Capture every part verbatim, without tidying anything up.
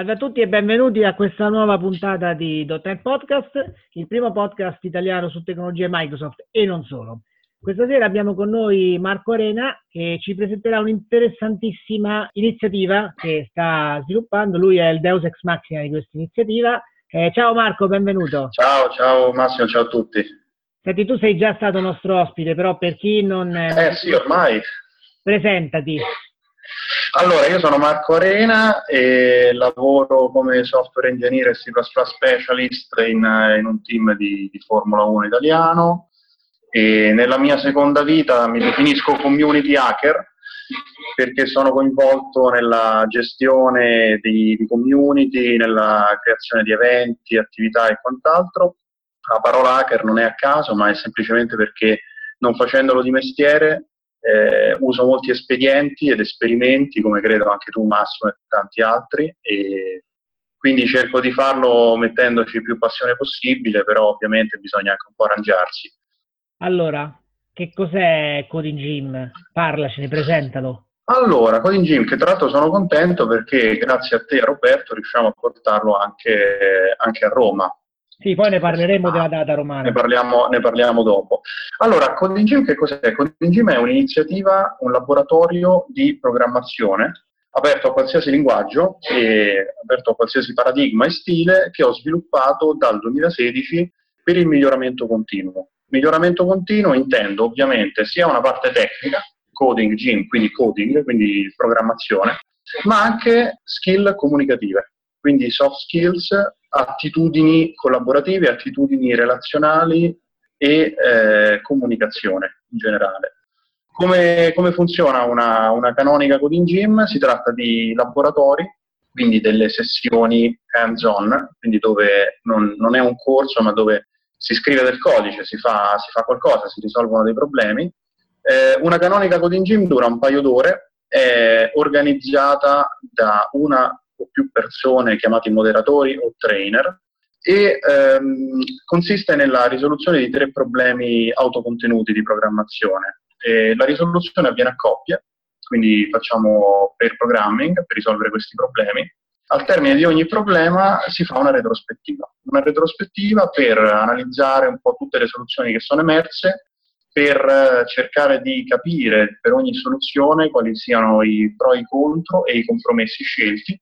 Salve a tutti e benvenuti a questa nuova puntata di .ponto net Podcast, il primo podcast italiano su tecnologie Microsoft e non solo. Questa sera abbiamo con noi Marco Arena che ci presenterà un'interessantissima iniziativa che sta sviluppando. Lui è il Deus Ex Machina di questa iniziativa. Eh, ciao Marco, benvenuto. Ciao, ciao Massimo, ciao a tutti. Senti, tu sei già stato nostro ospite, però per chi non... Eh sì, ormai. Presentati. Allora, io sono Marco Arena e lavoro come software engineer e C plus plus specialist in, in un team di, di Formula uno italiano, e nella mia seconda vita mi definisco community hacker perché sono coinvolto nella gestione di, di community, nella creazione di eventi, attività e quant'altro. La parola hacker non è a caso, ma è semplicemente perché non facendolo di mestiere Eh, uso molti espedienti ed esperimenti, come credo anche tu Massimo e tanti altri, e quindi cerco di farlo mettendoci più passione possibile, però ovviamente bisogna anche un po' arrangiarsi. Allora, che cos'è Coding Gym? Parlacene, presentalo. Allora, Coding Gym, che tra l'altro sono contento perché grazie a te Roberto riusciamo a portarlo anche, anche a Roma. Sì, poi ne parleremo della data romana. Ne parliamo, ne parliamo dopo. Allora, Coding Gym che cos'è? Coding Gym è un'iniziativa, un laboratorio di programmazione aperto a qualsiasi linguaggio e aperto a qualsiasi paradigma e stile che ho sviluppato dal duemilasedici per il miglioramento continuo. Miglioramento continuo intendo ovviamente sia una parte tecnica, Coding Gym, quindi coding, quindi programmazione, ma anche skill comunicative, quindi soft skills, attitudini collaborative, attitudini relazionali e eh, comunicazione in generale. Come, come funziona una, una canonica Coding Gym? Si tratta di laboratori, quindi delle sessioni hands-on, quindi dove non, non è un corso, ma dove si scrive del codice, si fa, si fa qualcosa, si risolvono dei problemi. Eh, una canonica Coding Gym dura un paio d'ore, è organizzata da una o più persone chiamati moderatori o trainer e ehm, consiste nella risoluzione di tre problemi autocontenuti di programmazione. E la risoluzione avviene a coppie, quindi facciamo pair programming per risolvere questi problemi. Al termine di ogni problema si fa una retrospettiva, una retrospettiva per analizzare un po' tutte le soluzioni che sono emerse, per cercare di capire per ogni soluzione quali siano i pro e i contro e i compromessi scelti.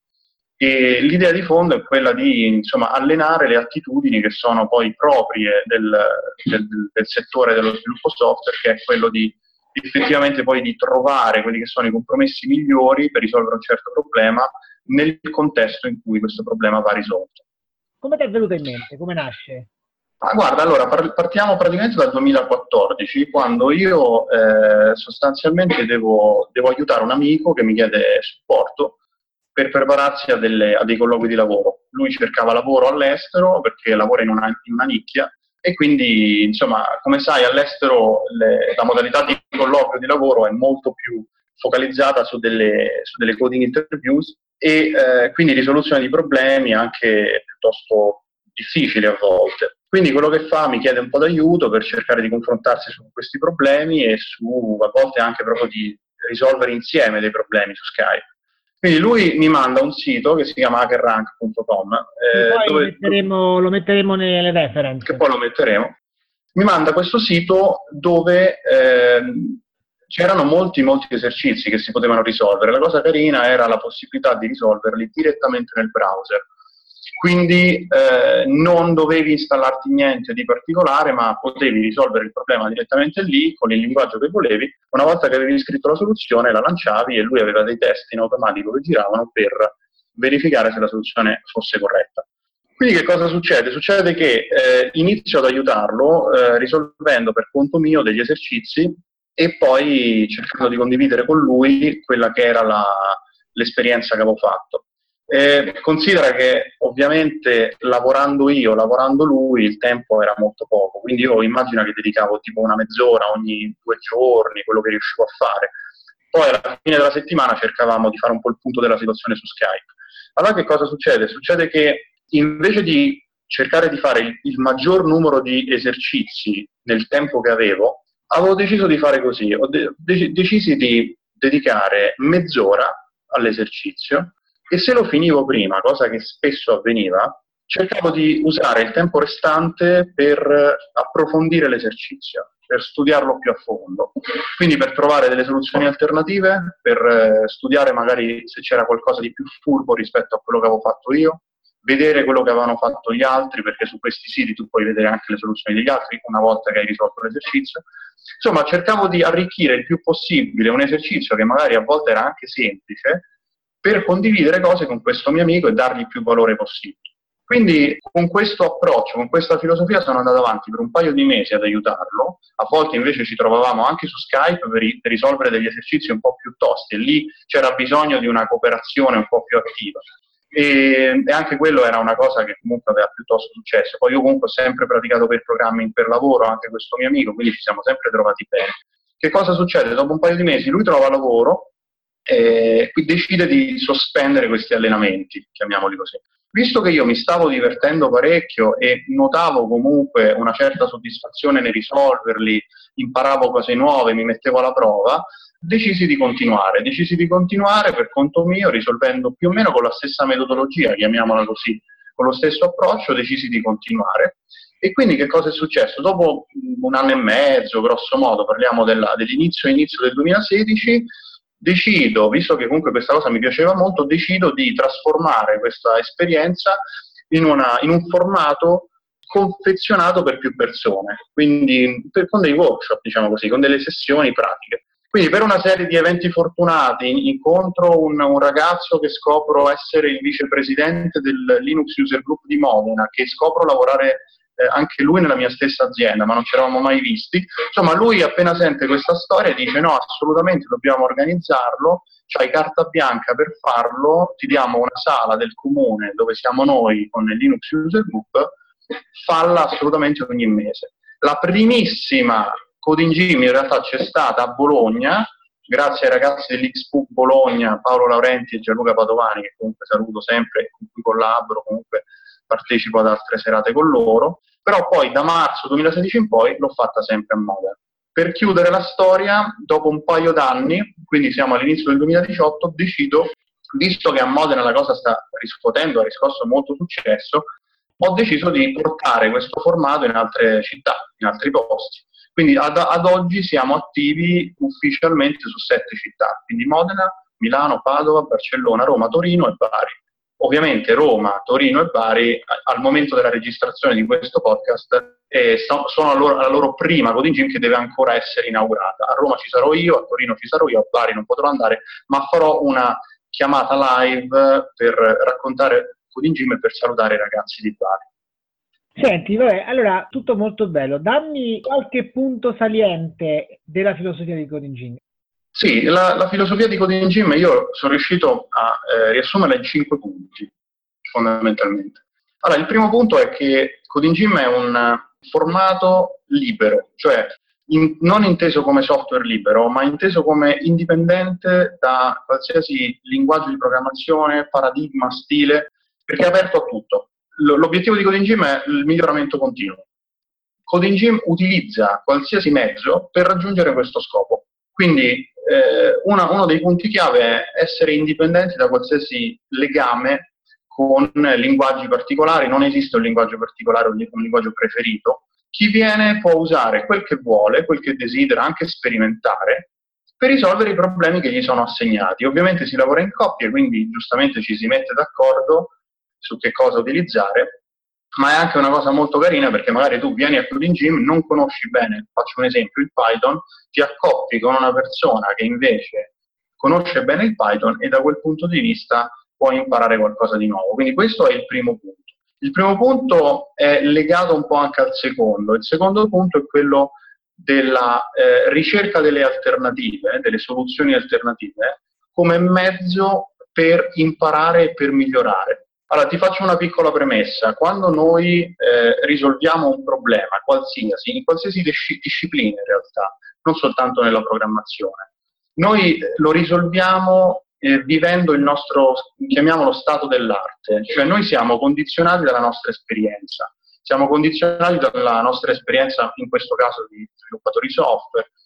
E l'idea di fondo è quella di insomma, allenare le attitudini che sono poi proprie del, del, del settore dello sviluppo software, che è quello di effettivamente poi di trovare quelli che sono i compromessi migliori per risolvere un certo problema nel contesto in cui questo problema va risolto. Come ti è venuto in mente? Come nasce? Ah, guarda, allora partiamo praticamente dal duemilaquattordici, quando io eh, sostanzialmente devo, devo aiutare un amico che mi chiede supporto per prepararsi a, delle, a dei colloqui di lavoro. Lui cercava lavoro all'estero perché lavora in una, in una nicchia e quindi, insomma, come sai, all'estero le, la modalità di colloquio di lavoro è molto più focalizzata su delle, su delle coding interviews e eh, quindi risoluzione di problemi anche piuttosto difficili a volte. Quindi quello che fa, mi chiede un po' d'aiuto per cercare di confrontarsi su questi problemi e su, a volte anche proprio di risolvere insieme dei problemi su Skype. Quindi lui mi manda un sito che si chiama hackerrank punto com. Eh, poi dove, lo, metteremo, lo metteremo nelle reference. Che poi lo metteremo. Mi manda questo sito dove eh, c'erano molti, molti esercizi che si potevano risolvere. La cosa carina era la possibilità di risolverli direttamente nel browser. Quindi eh, non dovevi installarti niente di particolare, ma potevi risolvere il problema direttamente lì, con il linguaggio che volevi. Una volta che avevi scritto la soluzione, la lanciavi e lui aveva dei test in automatico che giravano per verificare se la soluzione fosse corretta. Quindi che cosa succede? Succede che eh, inizio ad aiutarlo eh, risolvendo per conto mio degli esercizi e poi cercando di condividere con lui quella che era la, l'esperienza che avevo fatto. Eh, considera che ovviamente lavorando io, lavorando lui, il tempo era molto poco, quindi io immagino che dedicavo tipo una mezz'ora ogni due giorni, quello che riuscivo a fare. Poi alla fine della settimana cercavamo di fare un po' il punto della situazione su Skype. Allora che cosa succede? Succede che invece di cercare di fare il, il maggior numero di esercizi nel tempo che avevo, avevo deciso di fare così, ho de- de- decisi di dedicare mezz'ora all'esercizio, e se lo finivo prima, cosa che spesso avveniva, cercavo di usare il tempo restante per approfondire l'esercizio, per studiarlo più a fondo. Quindi per trovare delle soluzioni alternative, per eh, studiare magari se c'era qualcosa di più furbo rispetto a quello che avevo fatto io, vedere quello che avevano fatto gli altri, perché su questi siti tu puoi vedere anche le soluzioni degli altri una volta che hai risolto l'esercizio. Insomma, cercavo di arricchire il più possibile un esercizio che magari a volte era anche semplice, per condividere cose con questo mio amico e dargli più valore possibile. Quindi con questo approccio, con questa filosofia sono andato avanti per un paio di mesi ad aiutarlo, a volte invece ci trovavamo anche su Skype per, ri- per risolvere degli esercizi un po' più tosti e lì c'era bisogno di una cooperazione un po' più attiva. E, e anche quello era una cosa che comunque aveva piuttosto successo. Poi io comunque ho sempre praticato per programming per lavoro, anche questo mio amico, quindi ci siamo sempre trovati bene. Che cosa succede? Dopo un paio di mesi lui trova lavoro e qui decide di sospendere questi allenamenti, chiamiamoli così. Visto che io mi stavo divertendo parecchio e notavo comunque una certa soddisfazione nel risolverli, imparavo cose nuove, mi mettevo alla prova, decisi di continuare. Decisi di continuare per conto mio, risolvendo più o meno con la stessa metodologia, chiamiamola così, con lo stesso approccio, decisi di continuare. E quindi che cosa è successo? Dopo un anno e mezzo, grosso modo, parliamo della, dell'inizio inizio del duemilasedici, decido, visto che comunque questa cosa mi piaceva molto, decido di trasformare questa esperienza in, una, in un formato confezionato per più persone, quindi per, con dei workshop, diciamo così, con delle sessioni pratiche. Quindi per una serie di eventi fortunati incontro un, un ragazzo che scopro essere il vicepresidente del Linux User Group di Modena, che scopro lavorare eh, anche lui nella mia stessa azienda, ma non ci eravamo mai visti. Insomma, lui appena sente questa storia dice no, assolutamente dobbiamo organizzarlo, c'hai carta bianca per farlo, ti diamo una sala del comune dove siamo noi con il Linux User Group, falla assolutamente ogni mese. La primissima Coding Gym in realtà c'è stata a Bologna, grazie ai ragazzi dell'X P U Bologna, Paolo Laurenti e Gianluca Padovani, che comunque saluto sempre e con cui collaboro, comunque partecipo ad altre serate con loro, però poi da marzo duemilasedici in poi l'ho fatta sempre a Modena. Per chiudere la storia, dopo un paio d'anni, quindi siamo all'inizio del duemiladiciotto, decido, visto che a Modena la cosa sta riscuotendo, ha riscosso molto successo, ho deciso di portare questo formato in altre città, in altri posti. Quindi ad, ad oggi siamo attivi ufficialmente su sette città, quindi Modena, Milano, Padova, Barcellona, Roma, Torino e Bari. Ovviamente Roma, Torino e Bari al momento della registrazione di questo podcast eh, sono alla loro, alla loro prima Coding Gym che deve ancora essere inaugurata. A Roma ci sarò io, a Torino ci sarò io, a Bari non potrò andare, ma farò una chiamata live per raccontare Coding Gym e per salutare i ragazzi di Bari. Senti, vabbè, allora, tutto molto bello. Dammi qualche punto saliente della filosofia di Coding Gym. Sì, la, la filosofia di Coding Gym io sono riuscito a eh, riassumerla in cinque punti, fondamentalmente. Allora, il primo punto è che Coding Gym è un formato libero, cioè in, non inteso come software libero, ma inteso come indipendente da qualsiasi linguaggio di programmazione, paradigma, stile, perché è aperto a tutto. L'obiettivo di Coding Gym è il miglioramento continuo. Coding Gym utilizza qualsiasi mezzo per raggiungere questo scopo. Quindi eh, una, uno dei punti chiave è essere indipendenti da qualsiasi legame con linguaggi particolari. Non esiste un linguaggio particolare o un linguaggio preferito. Chi viene può usare quel che vuole, quel che desidera, anche sperimentare, per risolvere i problemi che gli sono assegnati. Ovviamente si lavora in coppie, quindi giustamente ci si mette d'accordo su che cosa utilizzare, ma è anche una cosa molto carina perché magari tu vieni a Coding Gym, non conosci bene, faccio un esempio, il Python, ti accoppi con una persona che invece conosce bene il Python e da quel punto di vista puoi imparare qualcosa di nuovo. Quindi questo è il primo punto. Il primo punto è legato un po' anche al secondo. Il secondo punto è quello della eh, ricerca delle alternative, delle soluzioni alternative, come mezzo per imparare e per migliorare. Allora, ti faccio una piccola premessa. Quando noi eh, risolviamo un problema, qualsiasi, in qualsiasi dis- disciplina in realtà, non soltanto nella programmazione, noi lo risolviamo eh, vivendo il nostro, chiamiamolo stato dell'arte, cioè noi siamo condizionati dalla nostra esperienza, siamo condizionati dalla nostra esperienza, in questo caso di sviluppatori software,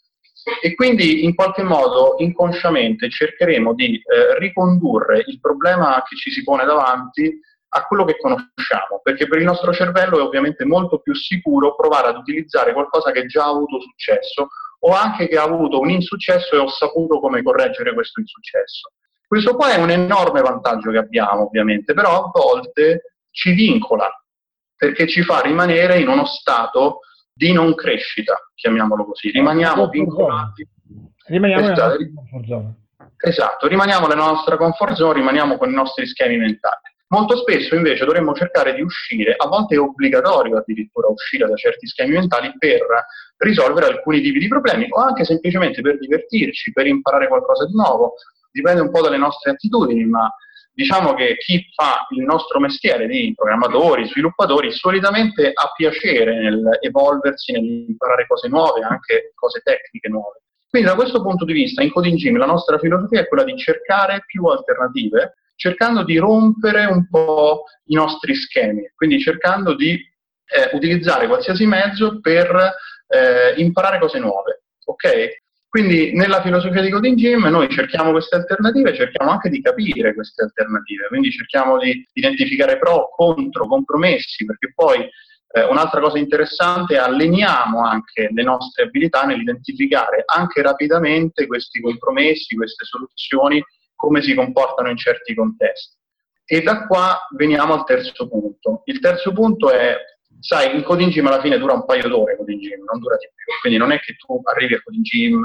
E quindi in qualche modo inconsciamente cercheremo di eh, ricondurre il problema che ci si pone davanti a quello che conosciamo, perché per il nostro cervello è ovviamente molto più sicuro provare ad utilizzare qualcosa che già ha avuto successo o anche che ha avuto un insuccesso e ho saputo come correggere questo insuccesso. Questo qua è un enorme vantaggio che abbiamo, ovviamente, però a volte ci vincola, perché ci fa rimanere in uno stato di non crescita, chiamiamolo così. Rimaniamo vincolati. Rimaniamo nella nostra comfort zone. Esatto, rimaniamo nella nostra comfort zone, rimaniamo con i nostri schemi mentali. Molto spesso invece dovremmo cercare di uscire, a volte è obbligatorio addirittura uscire da certi schemi mentali per risolvere alcuni tipi di problemi o anche semplicemente per divertirci, per imparare qualcosa di nuovo. Dipende un po' dalle nostre attitudini, ma diciamo che chi fa il nostro mestiere di programmatori, sviluppatori, solitamente ha piacere nell'evolversi, nell'imparare cose nuove, anche cose tecniche nuove. Quindi da questo punto di vista in Coding Gym la nostra filosofia è quella di cercare più alternative, cercando di rompere un po' i nostri schemi, quindi cercando di eh, utilizzare qualsiasi mezzo per eh, imparare cose nuove, ok? Quindi nella filosofia di Coding Gym noi cerchiamo queste alternative, cerchiamo anche di capire queste alternative, quindi cerchiamo di identificare pro, contro, compromessi, perché poi eh, un'altra cosa interessante è alleniamo anche le nostre abilità nell'identificare anche rapidamente questi compromessi, queste soluzioni, come si comportano in certi contesti. E da qua veniamo al terzo punto. Il terzo punto è, sai, il Coding Gym alla fine dura un paio d'ore, Coding Gym, non dura di più. Quindi non è che tu arrivi al Coding Gym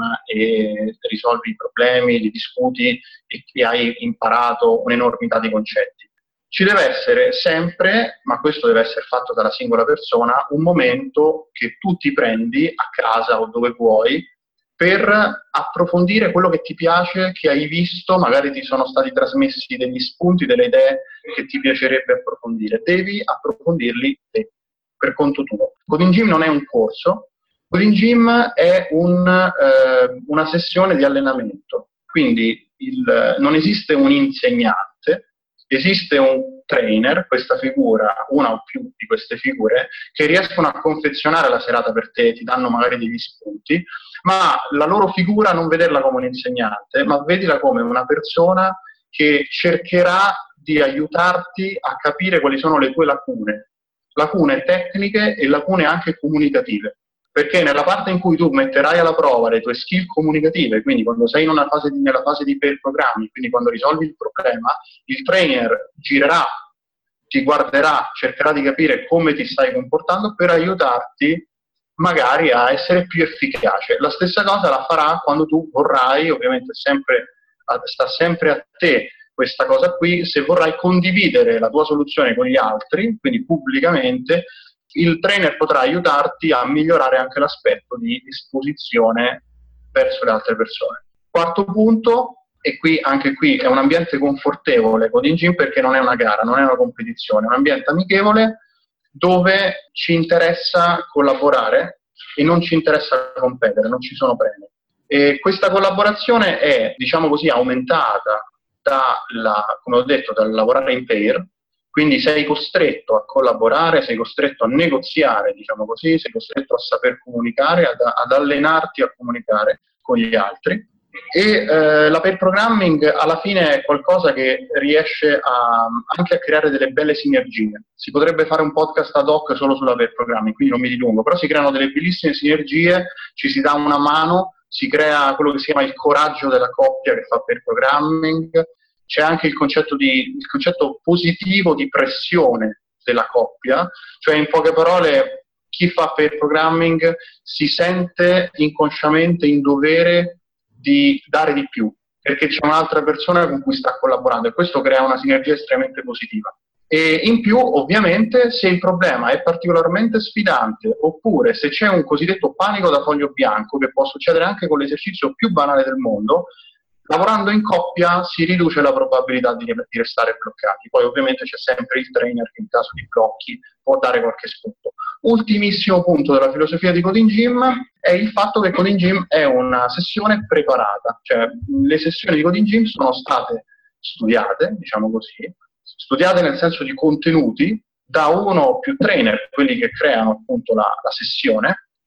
e risolvi i problemi, li discuti e che hai imparato un'enormità di concetti. Ci deve essere sempre, ma questo deve essere fatto dalla singola persona, un momento che tu ti prendi a casa o dove vuoi per approfondire quello che ti piace, che hai visto, magari ti sono stati trasmessi degli spunti, delle idee che ti piacerebbe approfondire. Devi approfondirli te, per conto tuo. Coding Gym non è un corso, Coding Gym è un, eh, una sessione di allenamento, quindi il, non esiste un insegnante, esiste un trainer, questa figura, una o più di queste figure, che riescono a confezionare la serata per te, ti danno magari degli spunti, ma la loro figura non vederla come un insegnante, ma vedila come una persona che cercherà di aiutarti a capire quali sono le tue lacune, lacune tecniche e lacune anche comunicative. Perché nella parte in cui tu metterai alla prova le tue skill comunicative, quindi quando sei in una fase di, nella fase di pair programming, quindi quando risolvi il problema, il trainer girerà, ti guarderà, cercherà di capire come ti stai comportando per aiutarti magari a essere più efficace. La stessa cosa la farà quando tu vorrai, ovviamente sempre, sta sempre a te questa cosa qui, se vorrai condividere la tua soluzione con gli altri, quindi pubblicamente, il trainer potrà aiutarti a migliorare anche l'aspetto di esposizione verso le altre persone. Quarto punto, e qui anche qui è un ambiente confortevole Coding Gym perché non è una gara, non è una competizione, è un ambiente amichevole dove ci interessa collaborare e non ci interessa competere, non ci sono premi. E questa collaborazione è, diciamo così, aumentata dalla, come ho detto, dal lavorare in pair. Quindi sei costretto a collaborare, sei costretto a negoziare, diciamo così, sei costretto a saper comunicare, ad, ad allenarti a comunicare con gli altri. E eh, la pair programming alla fine è qualcosa che riesce a, anche a creare delle belle sinergie. Si potrebbe fare un podcast ad hoc solo sulla pair programming, quindi non mi dilungo, però si creano delle bellissime sinergie, ci si dà una mano, si crea quello che si chiama il coraggio della coppia che fa pair programming. C'è anche il concetto, di, il concetto positivo di pressione della coppia, cioè in poche parole chi fa pair programming si sente inconsciamente in dovere di dare di più, perché c'è un'altra persona con cui sta collaborando e questo crea una sinergia estremamente positiva. E in più, ovviamente, se il problema è particolarmente sfidante oppure se c'è un cosiddetto panico da foglio bianco, che può succedere anche con l'esercizio più banale del mondo, lavorando in coppia si riduce la probabilità di, di restare bloccati. Poi ovviamente c'è sempre il trainer che in caso di blocchi può dare qualche spunto. Ultimissimo punto della filosofia di Coding Gym è il fatto che Coding Gym è una sessione preparata, cioè le sessioni di Coding Gym sono state studiate, diciamo così, studiate nel senso di contenuti da uno o più trainer, quelli che creano appunto la, la sessione,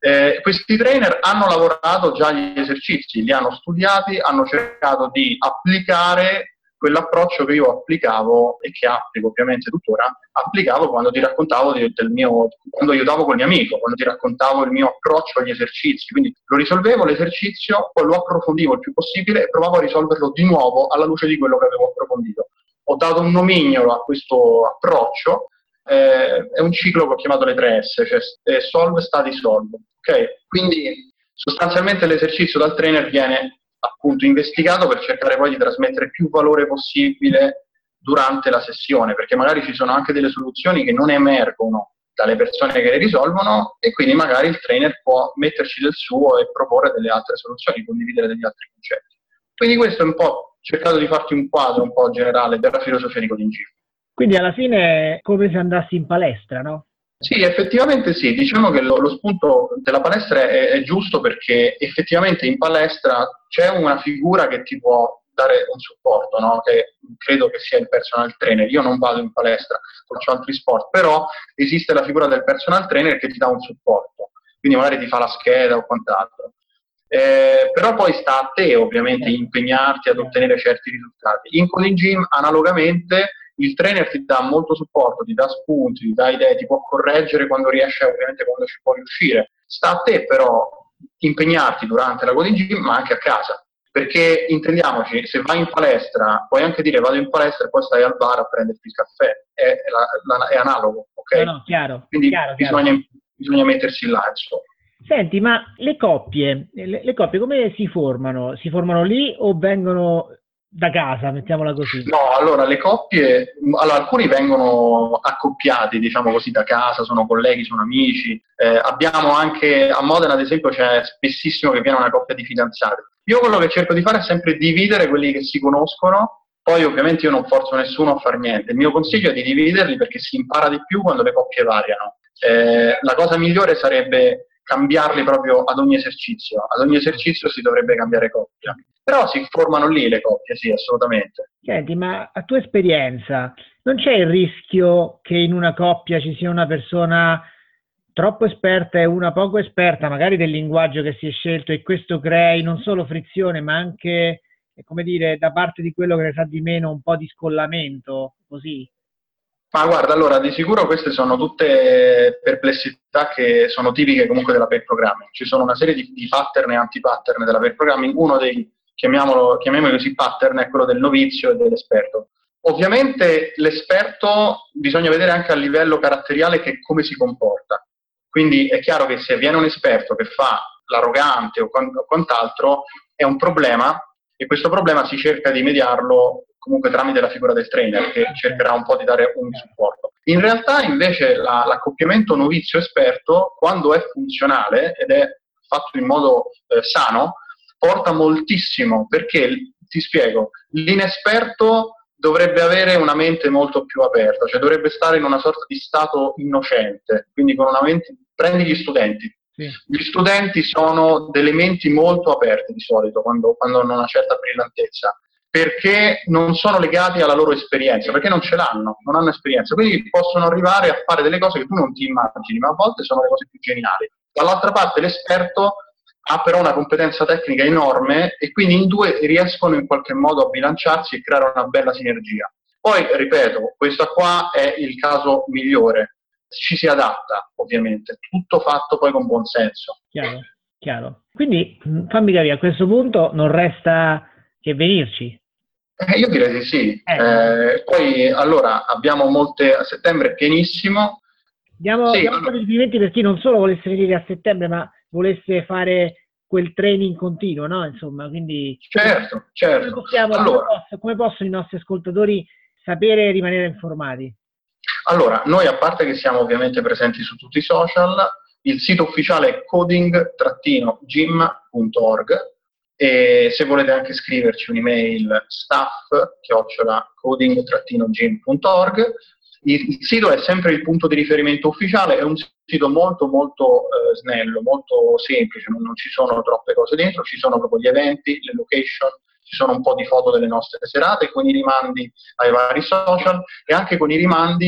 Eh, questi trainer hanno lavorato già gli esercizi, li hanno studiati, hanno cercato di applicare quell'approccio che io applicavo e che applico ovviamente tuttora, applicavo quando ti raccontavo di, del mio, quando aiutavo col mio amico, quando ti raccontavo il mio approccio agli esercizi. Quindi lo risolvevo l'esercizio, poi lo approfondivo il più possibile e provavo a risolverlo di nuovo alla luce di quello che avevo approfondito. Ho dato un nomignolo a questo approccio, eh, è un ciclo che ho chiamato le tre S, cioè solve, study, solve. Okay? Quindi sostanzialmente l'esercizio dal trainer viene appunto investigato per cercare poi di trasmettere più valore possibile durante la sessione, perché magari ci sono anche delle soluzioni che non emergono dalle persone che le risolvono e quindi magari il trainer può metterci del suo e proporre delle altre soluzioni, condividere degli altri concetti. Quindi questo è un po', cercato di farti un quadro un po' generale della filosofia di Coding Gym. Quindi alla fine è come se andassi in palestra, no? Sì, effettivamente sì, diciamo che lo, lo spunto della palestra è, è giusto perché effettivamente in palestra c'è una figura che ti può dare un supporto, no? Che credo che sia il personal trainer. Io non vado in palestra, faccio altri sport, però esiste la figura del personal trainer che ti dà un supporto, quindi magari ti fa la scheda o quant'altro. Eh, però poi sta a te ovviamente impegnarti ad ottenere certi risultati. In Coding Gym analogamente il trainer ti dà molto supporto, ti dà spunti, ti dà idee, ti può correggere quando riesce, ovviamente quando ci può riuscire. Sta a te però impegnarti durante la Coding Gym, ma anche a casa, perché intendiamoci, se vai in palestra puoi anche dire vado in palestra e poi stai al bar a prenderti il caffè, è, è, la, è analogo, ok? No, no, chiaro, quindi chiaro, bisogna, chiaro. bisogna mettersi là, insomma. Senti, ma le coppie, le, le coppie come si formano? Si formano lì o vengono da casa, mettiamola così? No, allora le coppie, allora, alcuni vengono accoppiati, diciamo così, da casa, sono colleghi, sono amici. Eh, abbiamo anche, a Modena ad esempio c'è spessissimo che viene una coppia di fidanzati. Io quello che cerco di fare è sempre dividere quelli che si conoscono, poi ovviamente io non forzo nessuno a fare niente. Il mio consiglio è di dividerli perché si impara di più quando le coppie variano. Eh, la cosa migliore sarebbe cambiarli proprio ad ogni esercizio. Ad ogni esercizio si dovrebbe cambiare coppia. Però si formano lì le coppie, sì, assolutamente. Senti, ma a tua esperienza non c'è il rischio che in una coppia ci sia una persona troppo esperta e una poco esperta, magari del linguaggio che si è scelto, e questo crei non solo frizione, ma anche, come dire, da parte di quello che ne sa di meno, un po' di scollamento, così? Ma guarda, allora, di sicuro queste sono tutte perplessità che sono tipiche comunque della pair programming. Ci sono una serie di, di pattern e anti-pattern della pair programming. Uno dei, chiamiamolo, chiamiamolo così, pattern è quello del novizio e dell'esperto. Ovviamente l'esperto bisogna vedere anche a livello caratteriale che come si comporta. Quindi è chiaro che se viene un esperto che fa l'arrogante o quant'altro è un problema, e questo problema si cerca di mediarlo comunque tramite la figura del trainer che cercherà un po' di dare un supporto. In realtà invece la, l'accoppiamento novizio-esperto, quando è funzionale ed è fatto in modo eh, sano, porta moltissimo, perché, ti spiego, l'inesperto dovrebbe avere una mente molto più aperta, cioè dovrebbe stare in una sorta di stato innocente, quindi con una mente, prendi gli studenti. Sì. Gli studenti sono delle menti molto aperte di solito, quando, quando hanno una certa brillantezza, perché non sono legati alla loro esperienza, perché non ce l'hanno, non hanno esperienza, quindi possono arrivare a fare delle cose che tu non ti immagini, ma a volte sono le cose più geniali. Dall'altra parte l'esperto ha però una competenza tecnica enorme e quindi in due riescono in qualche modo a bilanciarsi e creare una bella sinergia. Poi, ripeto, questo qua è il caso migliore, ci si adatta ovviamente, tutto fatto poi con buon senso. Chiaro, chiaro. Quindi fammi capire, a questo punto non resta che venirci. Eh, io direi di sì. Eh. Eh, poi allora abbiamo molte, a settembre è pienissimo. Diamo, sì, diamo un po' di riferimenti per chi non solo volesse venire a settembre, ma volesse fare quel training continuo, no? Insomma, quindi certo, certo. Come, possiamo, allora, come, posso, come possono i nostri ascoltatori sapere e rimanere informati? Allora, noi a parte che siamo ovviamente presenti su tutti i social, il sito ufficiale è coding gym punto org e se volete anche scriverci un'email staff chiocciola coding gym punto org. Il, il sito è sempre il punto di riferimento ufficiale, è un sito molto molto eh, snello, molto semplice, non, non ci sono troppe cose dentro, ci sono proprio gli eventi, le location, ci sono un po' di foto delle nostre serate con i rimandi ai vari social e anche con i rimandi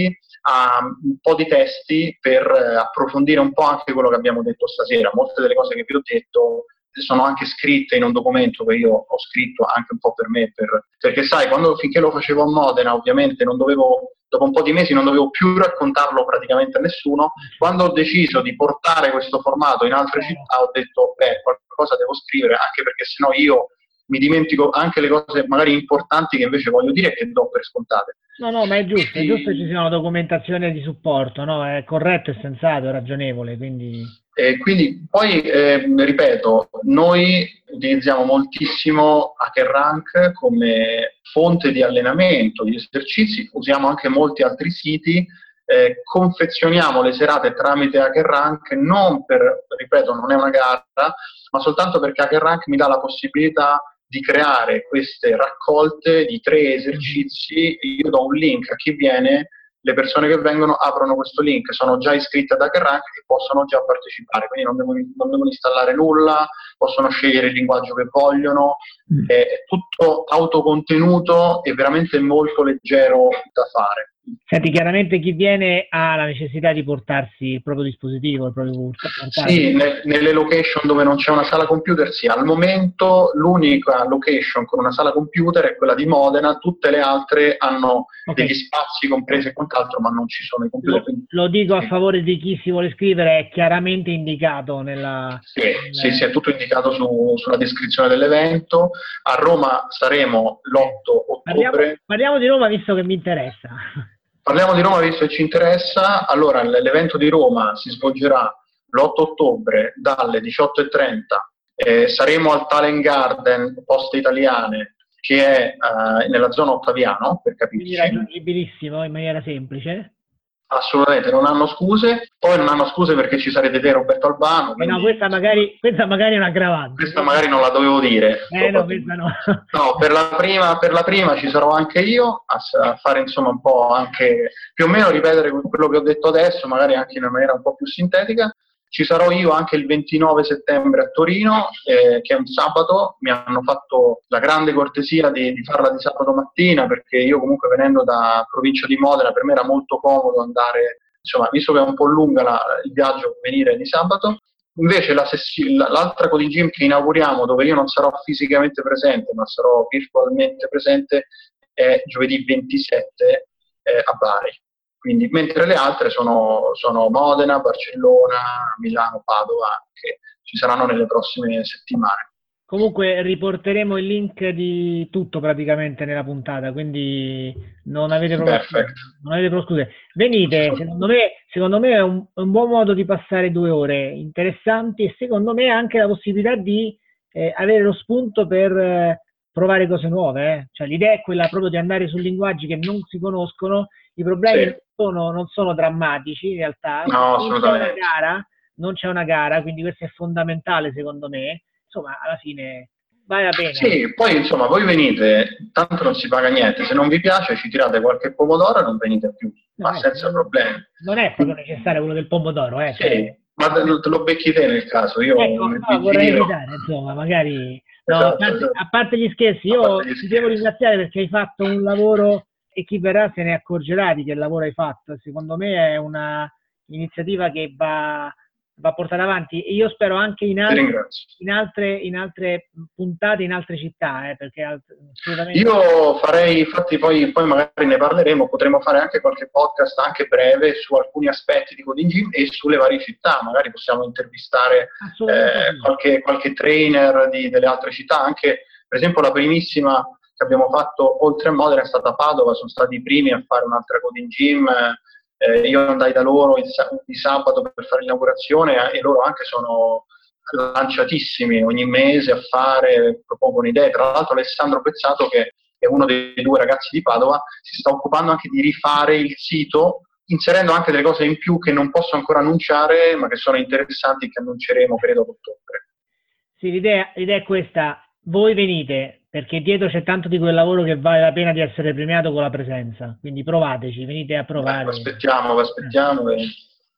a un po' di testi per eh, approfondire un po' anche quello che abbiamo detto stasera. Molte delle cose che vi ho detto sono anche scritte in un documento che io ho scritto anche un po' per me, per, perché sai, quando finché lo facevo a Modena ovviamente non dovevo, dopo un po' di mesi non dovevo più raccontarlo praticamente a nessuno. Quando ho deciso di portare questo formato in altre città ho detto, beh, qualcosa devo scrivere, anche perché sennò io mi dimentico anche le cose magari importanti che invece voglio dire e che do per scontate. No, no, ma è giusto, Quindi, è giusto che ci sia una documentazione di supporto, no? È corretto, è sensato, è ragionevole, quindi... Eh, quindi poi, eh, ripeto, noi utilizziamo moltissimo HackerRank come fonte di allenamento, di esercizi, usiamo anche molti altri siti, eh, confezioniamo le serate tramite HackerRank non per, ripeto, non è una gara, ma soltanto perché HackerRank mi dà la possibilità di creare queste raccolte di tre esercizi. Io do un link a chi viene, le persone che vengono aprono questo link, sono già iscritte ad HackerRank e possono già partecipare, quindi non devono, non devono installare nulla, possono scegliere il linguaggio che vogliono, mm. è tutto autocontenuto e veramente molto leggero da fare. Senti, chiaramente chi viene ha la necessità di portarsi il proprio dispositivo, il proprio portatile. Sì, ne, nelle location dove non c'è una sala computer, sì. Al momento l'unica location con una sala computer è quella di Modena, tutte le altre hanno okay. degli spazi compresi e quant'altro, ma non ci sono i computer. Lo, quindi... lo dico a favore di chi si vuole iscrivere, è chiaramente indicato nella... Sì, nel... sì, sì, è tutto indicato su, sulla descrizione dell'evento. A Roma saremo l'otto ottobre. Parliamo, parliamo di Roma visto che mi interessa. Parliamo di Roma visto che ci interessa. Allora, l'evento di Roma si svolgerà l'otto ottobre dalle diciotto e trenta. Eh, saremo al Talent Garden, Poste Italiane, che è eh, nella zona Ottaviano, per capirci. Quindi raggiungibilissimo in maniera semplice. Assolutamente, non hanno scuse. Poi non hanno scuse perché ci sarete te, Roberto Albano. Quindi... Eh no, questa magari, questa magari è un'aggravante. Questa magari non la dovevo dire. Eh no, questa no. No, per la prima, per la prima ci sarò anche io a, a fare insomma un po' anche, più o meno ripetere quello che ho detto adesso, magari anche in una maniera un po' più sintetica. Ci sarò io anche il ventinove settembre a Torino, eh, che è un sabato. Mi hanno fatto la grande cortesia di, di farla di sabato mattina, perché io comunque venendo da provincia di Modena, per me era molto comodo andare, insomma, visto che è un po' lunga la, il viaggio, venire di sabato. Invece la sessi- l'altra Coding Gym che inauguriamo, dove io non sarò fisicamente presente, ma sarò virtualmente presente, è giovedì ventisette eh, a Bari. Quindi, mentre le altre sono, sono Modena, Barcellona, Milano, Padova, che ci saranno nelle prossime settimane. Comunque riporteremo il link di tutto praticamente nella puntata, quindi non avete proprio scuse. Non avete proprio scuse. Venite, secondo me, secondo me è un, un buon modo di passare due ore interessanti e secondo me anche la possibilità di eh, avere lo spunto per eh, provare cose nuove. Eh. Cioè, l'idea è quella proprio di andare su linguaggi che non si conoscono. I problemi sì. non, sono, non sono drammatici in realtà, no, non c'è una gara, non c'è una gara, quindi questo è fondamentale secondo me. Insomma, alla fine vale la pena. Sì, poi insomma voi venite, tanto non si paga niente, se non vi piace ci tirate qualche pomodoro e non venite più, no, ma senza problemi. Non è proprio necessario quello del pomodoro, eh. Sì, cioè... ma te lo becchi te nel caso, io ecco, no, vorrei evitare, insomma, magari... No, esatto, a, parte, esatto. a parte gli scherzi, io ti scherzi. devo ringraziare perché hai fatto un lavoro e chi verrà se ne accorgerà di che lavoro hai fatto. Secondo me è una iniziativa che va... va portata avanti e io spero anche in altre, in altre, in altre puntate, in altre città, eh, perché assolutamente... Io farei, infatti poi, poi magari ne parleremo, potremo fare anche qualche podcast anche breve su alcuni aspetti di Coding Gym e sulle varie città, magari possiamo intervistare eh, qualche, qualche trainer di, delle altre città, anche per esempio la primissima che abbiamo fatto oltre a Modena è stata Padova, sono stati i primi a fare un'altra Coding Gym. Eh, io andai da loro il, di sabato per fare l'inaugurazione eh, e loro anche sono lanciatissimi ogni mese a fare, propongono idee. Tra l'altro Alessandro Pezzato, che è uno dei due ragazzi di Padova, si sta occupando anche di rifare il sito, inserendo anche delle cose in più che non posso ancora annunciare, ma che sono interessanti, che annunceremo credo ad ottobre. Sì, l'idea, l'idea è questa: voi venite perché dietro c'è tanto di quel lavoro che vale la pena di essere premiato con la presenza, quindi provateci, venite a provare. Beh, aspettiamo, vi aspettiamo. Eh.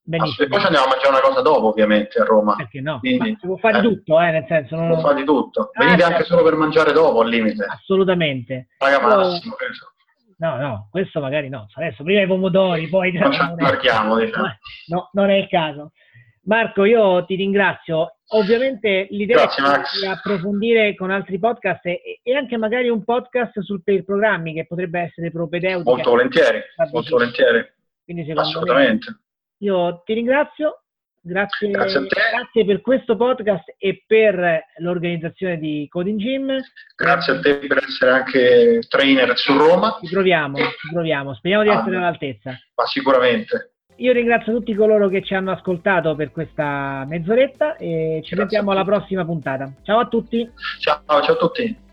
E poi ci andiamo a mangiare una cosa dopo, ovviamente, a Roma. Perché no? Quindi, ma si può fare eh, di tutto, eh, nel senso... Si non... può fare di tutto. Venite ah, anche certo. solo per mangiare dopo, al limite. Assolutamente. Paga massimo, penso. No, no, questo magari no. Adesso prima i pomodori, poi... Non ci allarghiamo, diciamo. No, non è il caso. Marco, io ti ringrazio. Ovviamente l'idea Grazie, è Max. di approfondire con altri podcast e, e anche magari un podcast sul per programmi che potrebbe essere propedeutico. Molto volentieri, molto volentieri. Quindi secondo assolutamente. me io ti ringrazio, grazie, grazie a te. Grazie per questo podcast e per l'organizzazione di Coding Gym. Grazie a te per essere anche trainer su Roma. Ci proviamo, ci proviamo, speriamo di ah, essere all'altezza. Ma sicuramente. Io ringrazio tutti coloro che ci hanno ascoltato per questa mezz'oretta e ci vediamo alla prossima puntata. Ciao a tutti. Ciao, ciao a tutti.